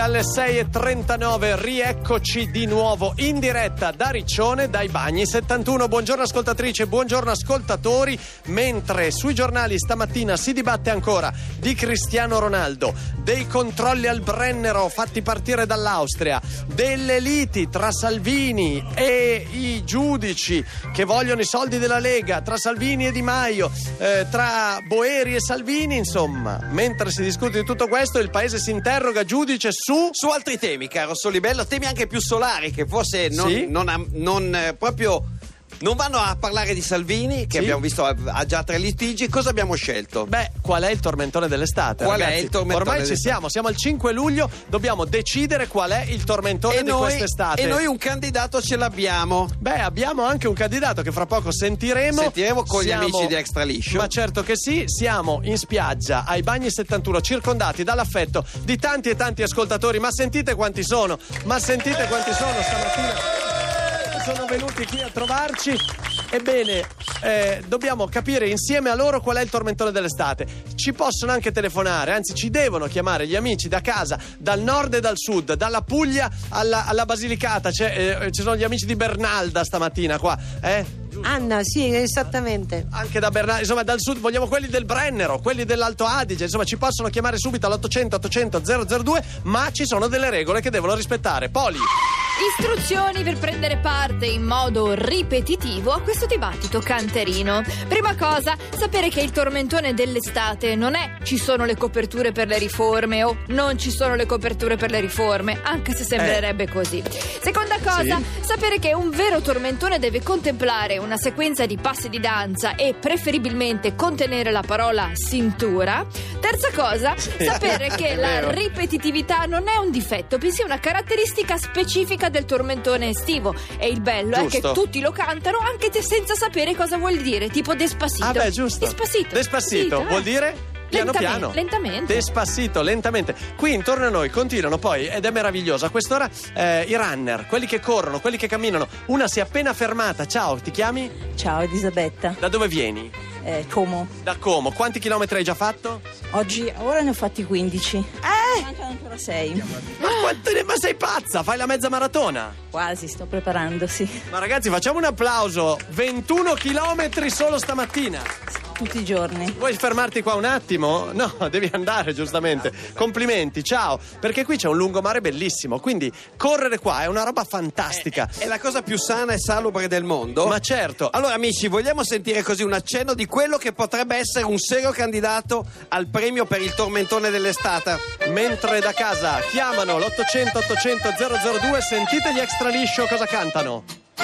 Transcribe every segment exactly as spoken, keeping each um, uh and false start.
alle sei e trentanove, rieccoci di nuovo in diretta da Riccione, dai Bagni settantuno. Buongiorno ascoltatrici, buongiorno ascoltatori. Mentre sui giornali stamattina si dibatte ancora di Cristiano Ronaldo, dei controlli al Brennero fatti partire dall'Austria, delle liti tra Salvini e i giudici che vogliono i soldi della Lega, tra Salvini e Di Maio, eh, tra Boeri e Salvini, insomma, mentre si discute di tutto questo il paese si interroga, giudice, su su altri temi, caro Solibello, temi anche più solari che forse non, sì? non, non eh, proprio non vanno a parlare di Salvini, che sì? abbiamo visto ha già tre litigi. Cosa abbiamo scelto? Beh, qual è il tormentone dell'estate? Qual ragazzi? è il tormentone Ormai dell'estate? ci siamo, siamo al cinque luglio, dobbiamo decidere qual è il tormentone E di noi, quest'estate. e noi un candidato ce l'abbiamo. Beh, abbiamo anche un candidato che fra poco sentiremo. Sentiremo con Siamo... gli amici di Extra Liscio. Ma certo che sì, siamo in spiaggia ai Bagni settantuno, circondati dall'affetto di tanti e tanti ascoltatori. Ma sentite quanti sono, ma sentite quanti sono stamattina. Sono venuti qui a trovarci. Ebbene, eh, dobbiamo capire insieme a loro qual è il tormentone dell'estate. Ci possono anche telefonare, anzi ci devono chiamare gli amici da casa, dal nord e dal sud, dalla Puglia alla, alla Basilicata. C'è, eh, ci sono gli amici di Bernalda stamattina qua, eh? Anna, sì, esattamente. Anche da Bernalda, insomma dal sud vogliamo quelli del Brennero, quelli dell'Alto Adige, insomma ci possono chiamare subito all'ottocento ottocento zero zero due, ma ci sono delle regole che devono rispettare. Poli. Istruzioni per prendere parte in modo ripetitivo a questo dibattito canterino. Prima cosa, sapere che il tormentone dell'estate non è ci sono le coperture per le riforme o non ci sono le coperture per le riforme, anche se sembrerebbe eh. così. Seconda cosa, sì? Sapere che un vero tormentone deve contemplare una sequenza di passi di danza e preferibilmente contenere la parola cintura. Terza cosa, sì. sapere che la ripetitività non è un difetto, bensì una caratteristica specifica del tormentone estivo. E il bello giusto. È che tutti lo cantano anche senza sapere cosa vuol dire, tipo Despacito. Ah beh, giusto. Despacito. Despacito, vuol dire? Piano lentamente, piano, lentamente. Despacito, lentamente. Qui intorno a noi continuano poi, ed è meraviglioso, a quest'ora eh, i runner, quelli che corrono, quelli che camminano. Una si è appena fermata. Ciao, ti chiami? Ciao, Elisabetta. Da dove vieni? Eh, Como. Da Como. Quanti chilometri hai già fatto? Oggi, ora ne ho fatti quindici. Eh? Mancano ancora sei. Ma, quanto ne... ma sei pazza? Fai la mezza maratona? Quasi, sto preparando, sì. Ma ragazzi, facciamo un applauso. ventuno chilometri solo stamattina. Tutti i giorni. Vuoi fermarti qua un attimo? No, devi andare giustamente. Complimenti, ciao. Perché qui c'è un lungomare bellissimo, quindi correre qua è una roba fantastica. È, è la cosa più sana e salubre del mondo. Ma certo. Allora amici, vogliamo sentire così un accenno di quello che potrebbe essere un serio candidato al premio per il tormentone dell'estate? Mentre da casa chiamano l'ottocento ottocento zero zero due, sentite gli Extra Liscio cosa cantano.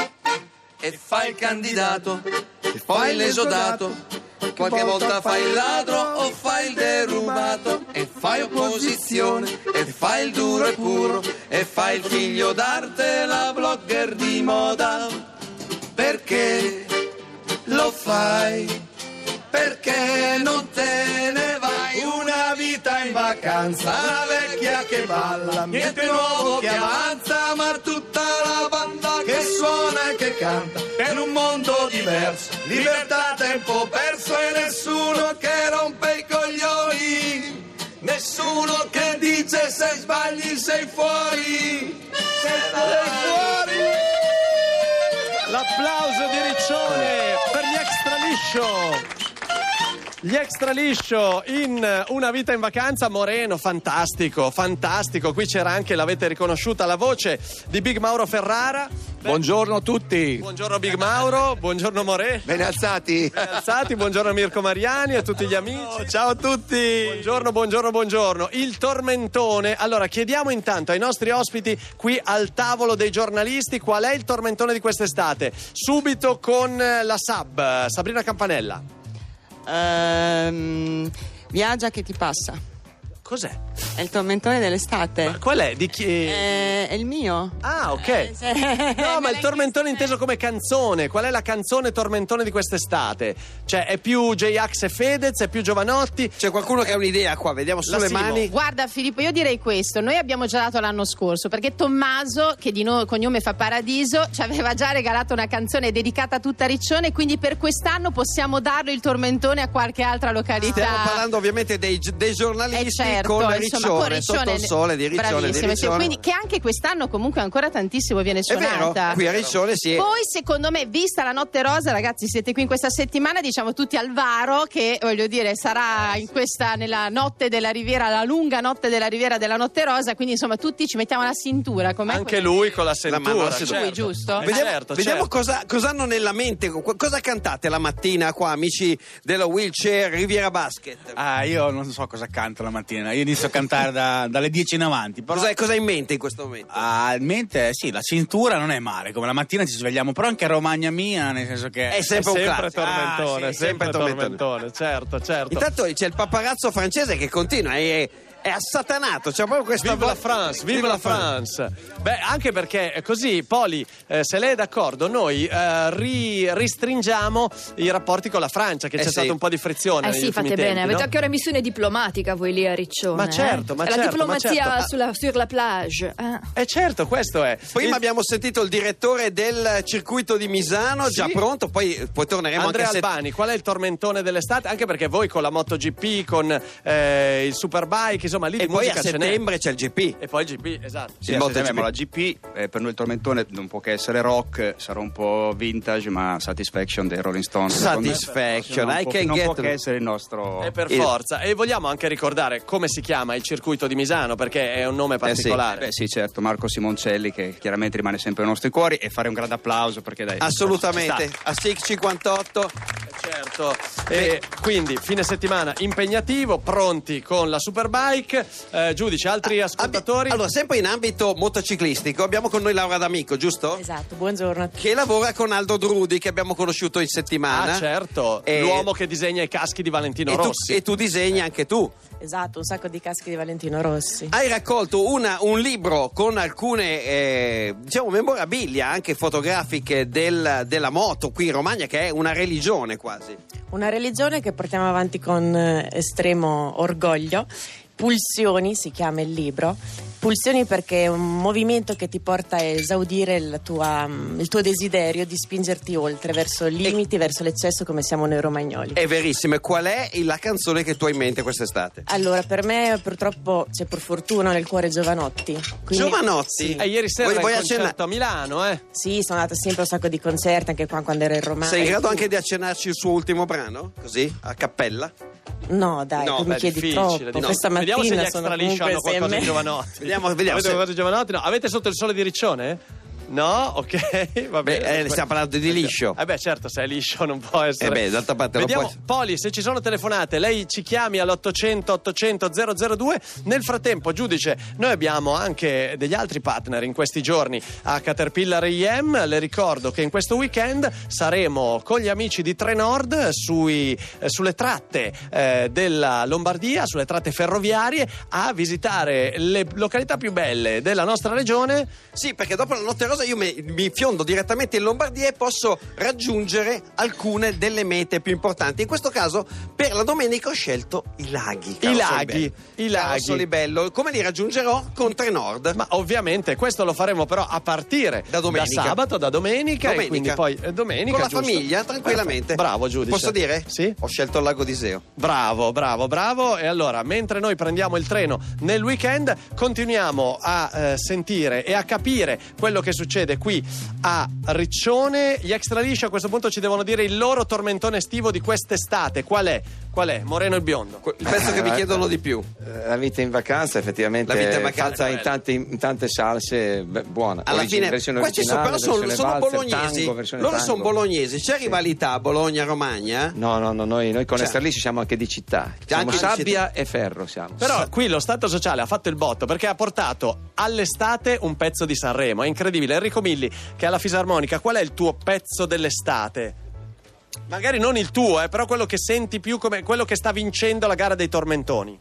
E fai il candidato, e fai l'esodato, qualche volta fai il ladro o fai il derubato, e fai opposizione, e fai il duro e puro, e fai il figlio d'arte, la blogger di moda. Perché lo fai? Perché non te ne vai? Una vita in vacanza, una vecchia che balla, niente nuovo che avanza, ma tutta la banda che suona e che canta in un mondo diverso, libertà, tempo perso e nessuno che rompe i coglioni, nessuno che dice se sbagli sei fuori, sei fuori. L'applauso di Riccione per gli Extra Liscio. Gli Extra Liscio in Una vita in vacanza. Moreno, fantastico, fantastico. Qui c'era anche, l'avete riconosciuta, la voce di Big Mauro Ferrara. Beh, buongiorno a tutti. Buongiorno Big Mauro, buongiorno More. Ben alzati. Ben alzati, buongiorno Mirko Mariani e a tutti gli amici. Oh, ciao a tutti. Buongiorno, buongiorno, buongiorno. Il tormentone. Allora, chiediamo intanto ai nostri ospiti qui al tavolo dei giornalisti qual è il tormentone di quest'estate. Subito con la Sab, Sabrina Campanella. Um, viaggia che ti passa. Cos'è? È il tormentone dell'estate. Ma qual è? Di chi? È, è il mio. Ah, ok. Eh, se... No, ma il tormentone inteso come canzone. Qual è la canzone tormentone di quest'estate? Cioè, è più J-Ax e Fedez, è più Giovanotti? C'è qualcuno che ha un'idea qua? Vediamo sulle mani. Guarda Filippo, io direi questo. Noi abbiamo già dato l'anno scorso, perché Tommaso, che di no, cognome fa Paradiso, ci aveva già regalato una canzone dedicata a tutta Riccione, quindi per quest'anno possiamo darlo il tormentone a qualche altra località. Stiamo parlando ovviamente dei, dei giornalisti, eh certo, con insomma, Riccione, Riccione, sotto il sole di Riccione, di bravissimo, sì, Riccione. quindi che anche quest'anno comunque ancora tantissimo viene È vero, suonata. qui a Riccione sì. Poi secondo me, vista la Notte Rosa, ragazzi, siete qui in questa settimana, diciamo tutti al varo, che voglio dire sarà in questa, nella notte della Riviera, la lunga notte della Riviera della Notte Rosa, quindi insomma tutti ci mettiamo la cintura. Com'è Anche questa- lui con la La mano cintura, alla cintura. Lui, giusto? Eh, Vediamo, certo, vediamo certo. Cosa, cosa hanno nella mente, co- cosa cantate la mattina qua, amici della Wheelchair Riviera Basket. Ah, io non so cosa canto la mattina, io inizio a cantare da- dalle dieci in avanti. Però Cosa, cosa hai in mente in questo momento? Ah, in mente, sì, la cintura non è male, come la mattina ci svegliamo, però anche a Romagna Mia, nel senso che È sempre un sempre classico. tormentone, Ah, sì, sempre sempre tormentone. tormentone, certo, certo. Intanto c'è il paparazzo francese che continua, è, è assatanato, c'è proprio questa Vive la vo- France, vive la France. Beh, anche perché così, Poli, eh, se lei è d'accordo, noi eh, ri- ristringiamo i rapporti con la Francia, che Eh c'è sì. stato un po' di frizione Eh negli sì, ultimi fate tempi, bene, avete no? anche una missione diplomatica voi lì a Riccione. Ma certo, eh? ma È certo, la ma diplomazia certo. sulla, sur la plage. Eh. Eh certo, questo è. Prima Il- abbiamo sentito il direttore del circuito di Misano, Sì. già pronto, poi, poi torneremo Andrea anche a set- Albani, qual è il tormentone dell'estate? Anche perché voi con la MotoGP, con eh, il Superbike, insomma, lì e di poi a musica ce n'è. settembre c'è il G P. E poi il G P, esatto. sì, il a MotoGP. settembre la G P, eh, per noi il tormentone non può che essere rock, sarà un po' vintage, ma Satisfaction dei Rolling Stones. secondo me, Satisfaction, non I può, can non get può them. che essere il nostro. E per Il- forza. E vogliamo anche ricordare come si chiama il circuito di Misano, perché è un nome Eh sì. particolare. Beh sì, certo, Marco Simoncelli, che chiaramente rimane sempre nei nostri cuori, e fare un grande applauso perché dai. Assolutamente, a sei cinquantotto. Certo, e quindi fine settimana impegnativo, pronti con la Superbike. Eh, giudice, altri ascoltatori? Allora, sempre in ambito motociclistico, abbiamo con noi Laura D'Amico, giusto? Esatto, buongiorno. Che lavora con Aldo Drudi, che abbiamo conosciuto in settimana. Ah, certo, E- l'uomo che disegna i caschi di Valentino E tu, Rossi. e tu disegni anche tu. Esatto, un sacco di caschi di Valentino Rossi. Hai raccolto una- un libro con alcune eh, diciamo memorabilia anche fotografiche del- della moto qui in Romagna, che è una religione quasi. Una religione che portiamo avanti con eh, estremo orgoglio. Pulsioni si chiama il libro. Pulsioni perché è un movimento che ti porta a esaudire la tua, mm, il tuo desiderio di spingerti oltre, verso i limiti, verso l'eccesso, come siamo noi romagnoli. È verissimo. E qual è la canzone che tu hai in mente quest'estate? Allora, per me purtroppo c'è per fortuna nel cuore Giovanotti. Quindi- Giovanotti? Sì. E ieri sera Vuoi- era vuoi in concerto accenna- a Milano, eh? Sì, sono andata sempre a un sacco di concerti, anche qua quando ero in Romagna. Sei in grado anche di accennarci il suo ultimo brano? Così? A cappella? No, dai, No, tu beh, mi chiedi difficile, troppo. difficile. Questa Vediamo se gli mattina extra sono liscio comunque hanno qualcosa di semme. Giovanotti. Vediamo, vediamo Avete se- qualcosa di Giovanotti? No. Avete Sotto il sole di Riccione? No? Ok, va Beh, bene. eh, stiamo parlando di liscio. Eh beh, certo, se è liscio non può essere. Eh beh, d'altra parte non Vediamo, può- Poli, se ci sono telefonate, lei ci chiami all'ottocento ottocento zero zero due. Nel frattempo, giudice, noi abbiamo anche degli altri partner in questi giorni a Caterpillar I M. Le ricordo che in questo weekend saremo con gli amici di Trenord sui, eh, sulle tratte eh, della Lombardia, sulle tratte ferroviarie, a visitare le località più belle della nostra regione. Sì, perché dopo la Notte Rosa io mi, mi fiondo direttamente in Lombardia e posso raggiungere alcune delle mete più importanti. In questo caso, per la domenica ho scelto i laghi. caro I laghi, Solibello. i Caro laghi. Solibello. Come li raggiungerò? Con Trenord. Ma ovviamente questo lo faremo però a partire Da domenica. da sabato, da domenica, Domenica. e quindi poi eh, domenica, Con la giusto? famiglia, tranquillamente. Bravo, giudice. Posso dire? Sì. Ho scelto il lago di Iseo. Bravo, bravo, bravo. E allora, mentre noi prendiamo il treno nel weekend, continuiamo a eh, sentire e a capire quello che succede qui a Riccione. Gli extra lisci a questo punto ci devono dire il loro tormentone estivo di quest'estate. Qual è? Qual è? Moreno e biondo. Il pezzo che mi chiedono di più. Eh, La vita in vacanza effettivamente La vita in è vacanza fatta è in, bella. tante, in tante salse, beh, buona. Alla Origine- fine, versione questi sono, originale, però sono, versione sono valzer, bolognesi. tango, versione Loro tango. sono bolognesi. C'è rivalità Bologna-Romagna? No, no, no, noi, noi con Cioè- Esterlisci siamo anche di città. Siamo anche di sabbia e ferro siamo. Però qui lo Stato Sociale ha fatto il botto perché ha portato all'estate un pezzo di Sanremo. È incredibile. Enrico Milli, che è alla Fisarmonica, qual è il tuo pezzo dell'estate? Magari non il tuo, eh, però quello che senti più come quello che sta vincendo la gara dei tormentoni.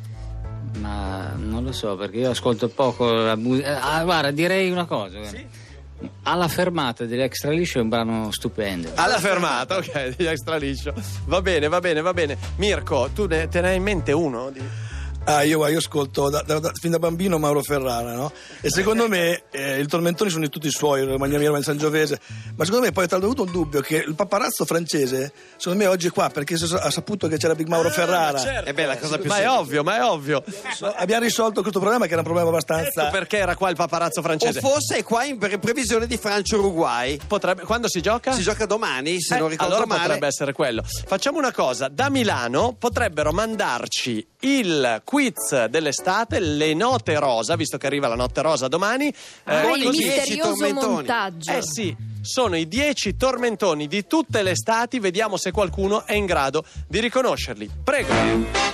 Ma non lo so, perché io ascolto poco la musica. Ah, guarda, direi una cosa. Alla fermata degli extra liscio è un brano stupendo. Alla fermata, ok, di extra liscio. Va bene, va bene, va bene. Mirko, tu ne, te ne hai in mente uno? Di... Ah, io, io ascolto da, da, da, fin da bambino Mauro Ferrara, no? E secondo me eh, i tormentoni sono di tutti i suoi, Magnamiro, il Sangiovese, ma secondo me poi ho avuto un dubbio che il paparazzo francese, secondo me oggi è qua perché ha saputo che c'era Big Mauro ah, Ferrara. Certo. È bella cosa più ma è ovvio, ma è ovvio. No, abbiamo risolto questo problema che era un problema abbastanza. Ecco perché era qua il paparazzo francese. O forse è qua in pre- previsione di Francia-Uruguay. Potrebbe, quando si gioca? Si gioca domani, se Eh, non ricordo allora male. potrebbe essere quello. Facciamo una cosa, da Milano potrebbero mandarci il quiz dell'estate, le note rosa, visto che arriva la notte rosa domani. Ah, eh, il così- misterioso tormentoni. montaggio. Eh sì, sono i dieci tormentoni di tutte le estati, vediamo se qualcuno è in grado di riconoscerli. Prego.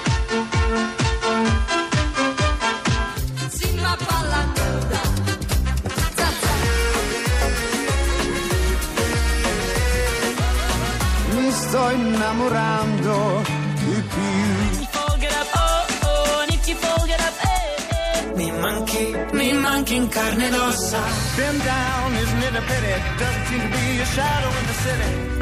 Mi sto innamorando di più. Mi manchi, mi manchi in carne ed ossa. Been down, isn't it a pity? Doesn't seem to be a shadow in the city.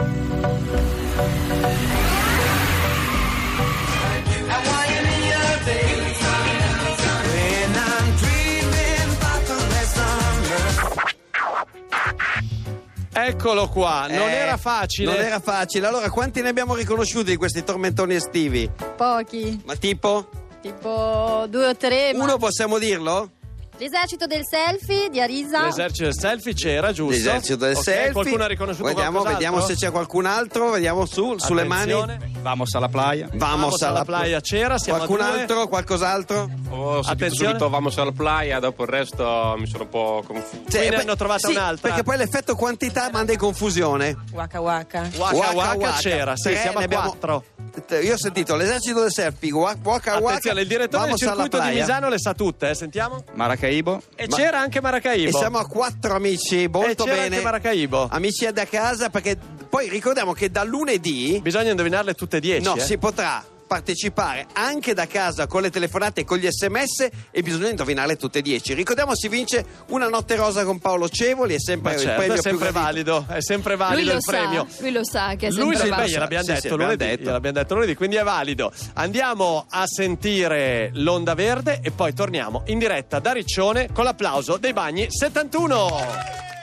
I want you in your baby. When I'm dreaming about the last summer. Eccolo qua, non Eh, era facile. Non era facile. Allora, quanti ne abbiamo riconosciuti di questi tormentoni estivi? Pochi, Ma tipo? tipo due o tre. ma- Uno possiamo dirlo? L'esercito del selfie di Arisa. L'esercito del selfie c'era, giusto? L'esercito del Ok, selfie. Qualcuno ha riconosciuto Vediamo, qualcos'altro? vediamo se c'è qualcun altro. Vediamo su, sulle Attenzione. mani. Vamos alla playa. Vamos, Vamos alla playa c'era, siamo a Qualcun due. altro? Qualcos'altro? Ho sentito Attenzione. subito Vamos alla playa, dopo il resto mi sono un po' confuso. Cioè, Qui ne beh, hanno trovata sì, un'altra. Perché poi l'effetto quantità manda in confusione. Waka waka. Waka Waka Waka Waka. c'era, sì, Tre, siamo ne a abbiamo- quattro. Io ho sentito l'esercito del selfie, Waka Waka. Attenzione, il direttore Vamos del alla circuito di playa. Misano le sa tutte, eh? Sentiamo. Maracaibo. E Ma- c'era anche Maracaibo. E siamo a quattro amici, molto E c'era bene. anche Maracaibo. Amici da casa, perché poi ricordiamo che da lunedì Bisogna indovinarle tutte e dieci. no, eh? si potrà partecipare anche da casa con le telefonate e con gli sms e bisogna indovinarle tutte e dieci. Ricordiamo, si vince una notte rosa con Paolo Cevoli, è sempre Ma il certo, premio è sempre più gradito. valido, è sempre Lui valido lo il premio. sa, lui lo sa che è Lui sempre sì, beh, valido. gliel'abbiamo Sì, detto sì, abbiamo lunedì, detto. gliel'abbiamo detto lunedì, quindi è valido. Andiamo a sentire l'Onda Verde e poi torniamo in diretta da Riccione con l'applauso dei Bagni settantuno.